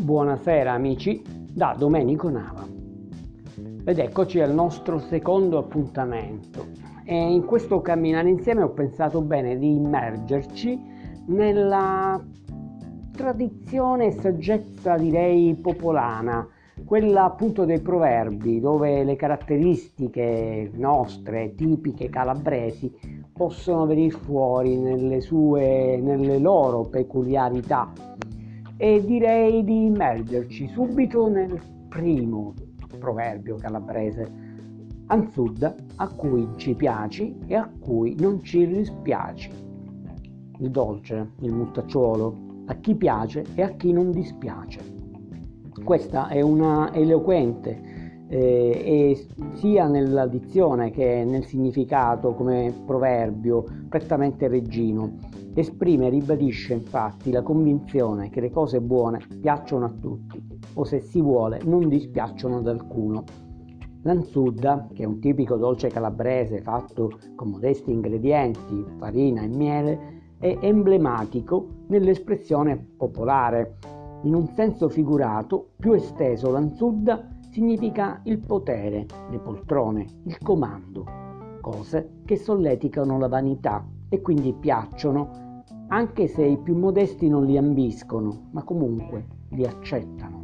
Buonasera amici, da Domenico Nava. Ed eccoci al nostro secondo appuntamento. E in questo camminare insieme ho pensato bene di immergerci nella tradizione e saggezza, direi, popolana, quella appunto dei proverbi, dove le caratteristiche nostre, tipiche calabresi, possono venire fuori nelle loro peculiarità. E direi di immergerci subito nel primo proverbio calabrese: Ansudda, a cui ci piaci e a cui non ci dispiaci. Il dolce, il mustacciuolo, a chi piace e a chi non dispiace. Questa è una eloquente e sia nella dizione che nel significato come proverbio prettamente reggino. Esprime e ribadisce infatti la convinzione che le cose buone piacciono a tutti, o se si vuole non dispiacciono ad alcuno. L'ansudda, che è un tipico dolce calabrese fatto con modesti ingredienti, farina e miele, è emblematico nell'espressione popolare. In un senso figurato, più esteso, l'ansudda significa il potere, le poltrone, il comando, cose che solleticano la vanità e quindi piacciono, anche se i più modesti non li ambiscono, ma comunque li accettano.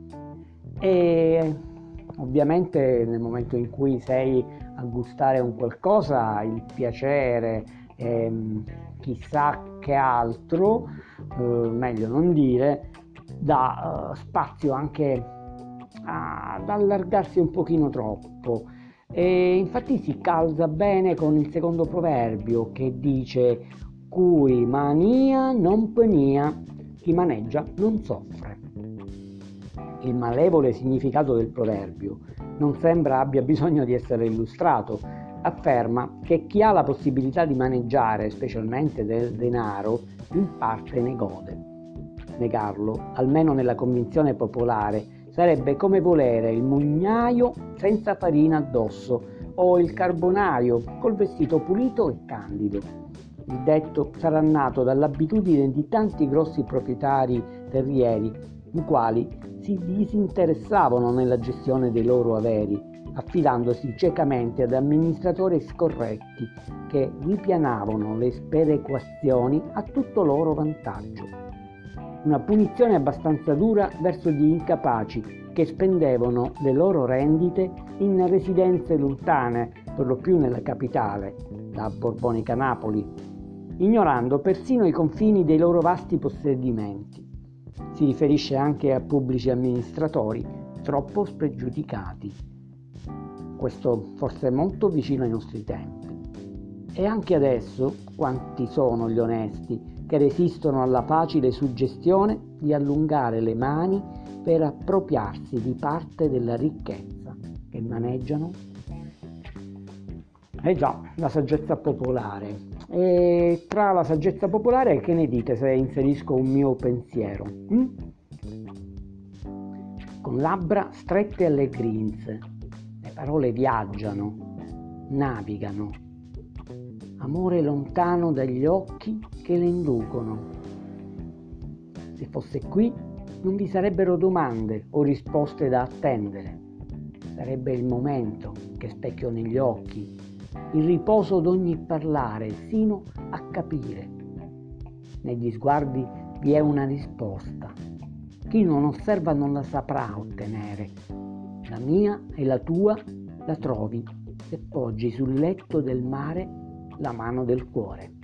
E ovviamente nel momento in cui sei a gustare un qualcosa, il piacere, chissà che altro, meglio non dire, dà spazio anche ad allargarsi un pochino troppo. E infatti si calza bene con il secondo proverbio che dice: cui mania non penia, chi maneggia non soffre. Il malevole significato del proverbio non sembra abbia bisogno di essere illustrato. Afferma che chi ha la possibilità di maneggiare, specialmente del denaro, in parte ne gode. Negarlo, almeno nella convinzione popolare, sarebbe come volere il mugnaio senza farina addosso o il carbonaio col vestito pulito e candido. Il detto sarà nato dall'abitudine di tanti grossi proprietari terrieri, i quali si disinteressavano nella gestione dei loro averi, affidandosi ciecamente ad amministratori scorretti che ripianavano le sperequazioni a tutto loro vantaggio. Una punizione abbastanza dura verso gli incapaci che spendevano le loro rendite in residenze lontane, per lo più nella capitale, la borbonica Napoli, ignorando persino i confini dei loro vasti possedimenti. Si riferisce anche a pubblici amministratori troppo spregiudicati. Questo forse è molto vicino ai nostri tempi. E anche adesso quanti sono gli onesti che resistono alla facile suggestione di allungare le mani per appropriarsi di parte della ricchezza che maneggiano? Già, la saggezza popolare. E tra la saggezza popolare, che ne dite se inserisco un mio pensiero? Con labbra strette alle grinze, le parole viaggiano, navigano. Amore lontano dagli occhi che le inducono. Se fosse qui, non vi sarebbero domande o risposte da attendere. Sarebbe il momento che specchio negli occhi, il riposo d'ogni parlare, sino a capire. Negli sguardi vi è una risposta. Chi non osserva non la saprà ottenere. La mia e la tua la trovi se poggi sul letto del mare la mano del cuore.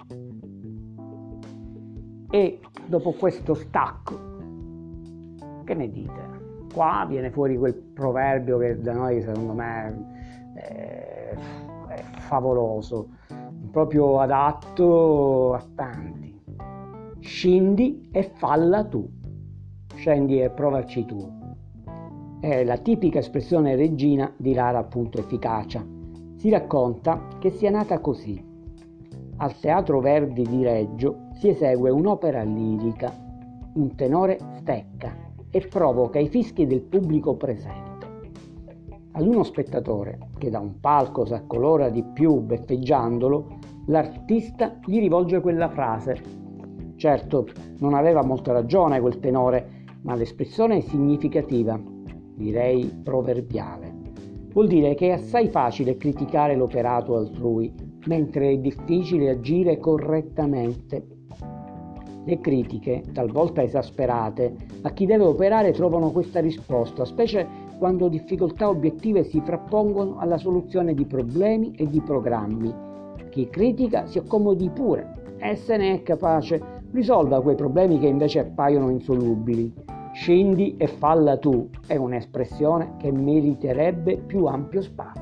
E dopo questo stacco, che ne dite? Qua viene fuori quel proverbio che da noi secondo me è favoloso, proprio adatto a tanti. Scendi e falla tu. Scendi e provaci tu. È la tipica espressione reggina di rara appunto efficacia. Si racconta che sia nata così. Al Teatro Verdi di Reggio si esegue un'opera lirica. Un tenore stecca e provoca i fischi del pubblico presente. Ad uno spettatore, che da un palco s'accolora di più beffeggiandolo, l'artista gli rivolge quella frase. Certo, non aveva molta ragione quel tenore, ma l'espressione è significativa, direi proverbiale. Vuol dire che è assai facile criticare l'operato altrui, mentre è difficile agire correttamente. Le critiche, talvolta esasperate, a chi deve operare trovano questa risposta, specie quando difficoltà obiettive si frappongono alla soluzione di problemi e di programmi. Chi critica si accomodi pure, e se ne è capace, risolva quei problemi che invece appaiono insolubili. Scendi e falla tu è un'espressione che meriterebbe più ampio spazio.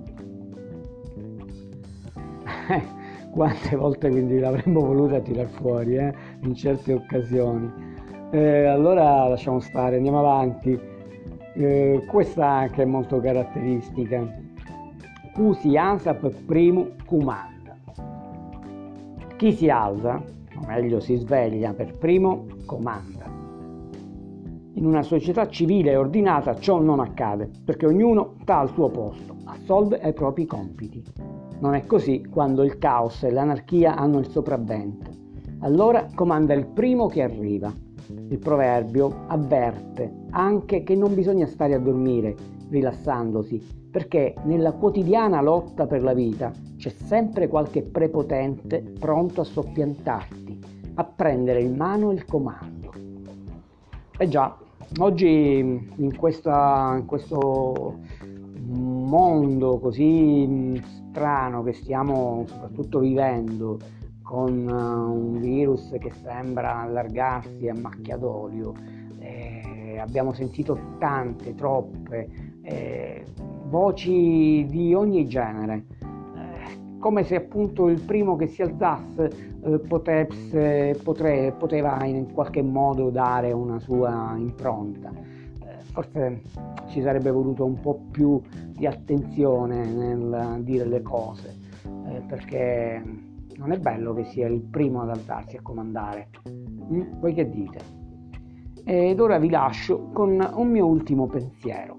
Quante volte quindi l'avremmo voluta tirar fuori in certe occasioni. Allora lasciamo stare, andiamo avanti. Questa anche è molto caratteristica. Cu si alza per primo comanda. Chi si alza, o meglio si sveglia per primo, comanda. In una società civile e ordinata ciò non accade, perché ognuno sta al suo posto, assolve ai propri compiti. Non è così quando il caos e l'anarchia hanno il sopravvento. Allora comanda il primo che arriva. Il proverbio avverte anche che non bisogna stare a dormire, rilassandosi, perché nella quotidiana lotta per la vita c'è sempre qualche prepotente pronto a soppiantarti, a prendere in mano il comando. E già, oggi in questo mondo così strano che stiamo soprattutto vivendo, con un virus che sembra allargarsi a macchia d'olio, abbiamo sentito tante, troppe voci di ogni genere, come se appunto il primo che si alzasse poteva in qualche modo dare una sua impronta. Forse ci sarebbe voluto un po' più di attenzione nel dire le cose, perché non è bello che sia il primo ad alzarsi a comandare. Voi che dite? Ed ora vi lascio con un mio ultimo pensiero.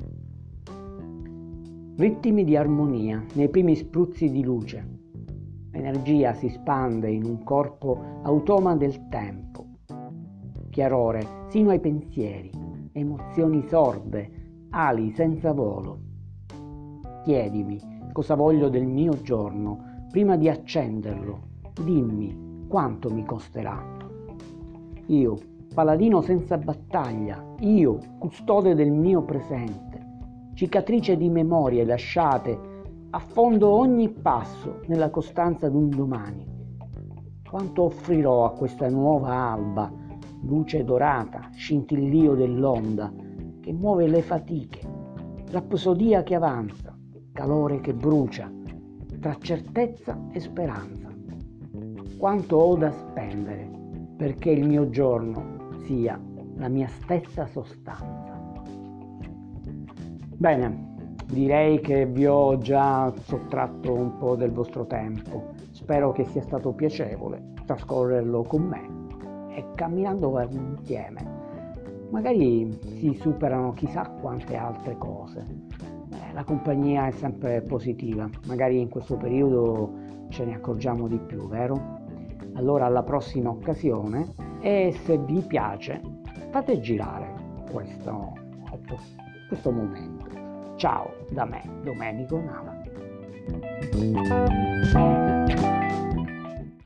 Ritmi di armonia nei primi spruzzi di luce. L'energia si spande in un corpo automa del tempo. Chiarore sino ai pensieri, emozioni sorde, ali senza volo. Chiedimi cosa voglio del mio giorno. Prima di accenderlo, dimmi quanto mi costerà. Io, paladino senza battaglia, io, custode del mio presente, cicatrice di memorie lasciate, affondo ogni passo nella costanza d'un domani. Quanto offrirò a questa nuova alba, luce dorata, scintillio dell'onda, che muove le fatiche, rapsodia che avanza, calore che brucia, tra certezza e speranza. Quanto ho da spendere perché il mio giorno sia la mia stessa sostanza. Bene, direi che vi ho già sottratto un po' del vostro tempo. Spero che sia stato piacevole trascorrerlo con me e camminando insieme. Magari si superano chissà quante altre cose. La compagnia è sempre positiva, magari in questo periodo ce ne accorgiamo di più, vero? Allora alla prossima occasione, e se vi piace fate girare questo momento. Ciao da me, Domenico Nava.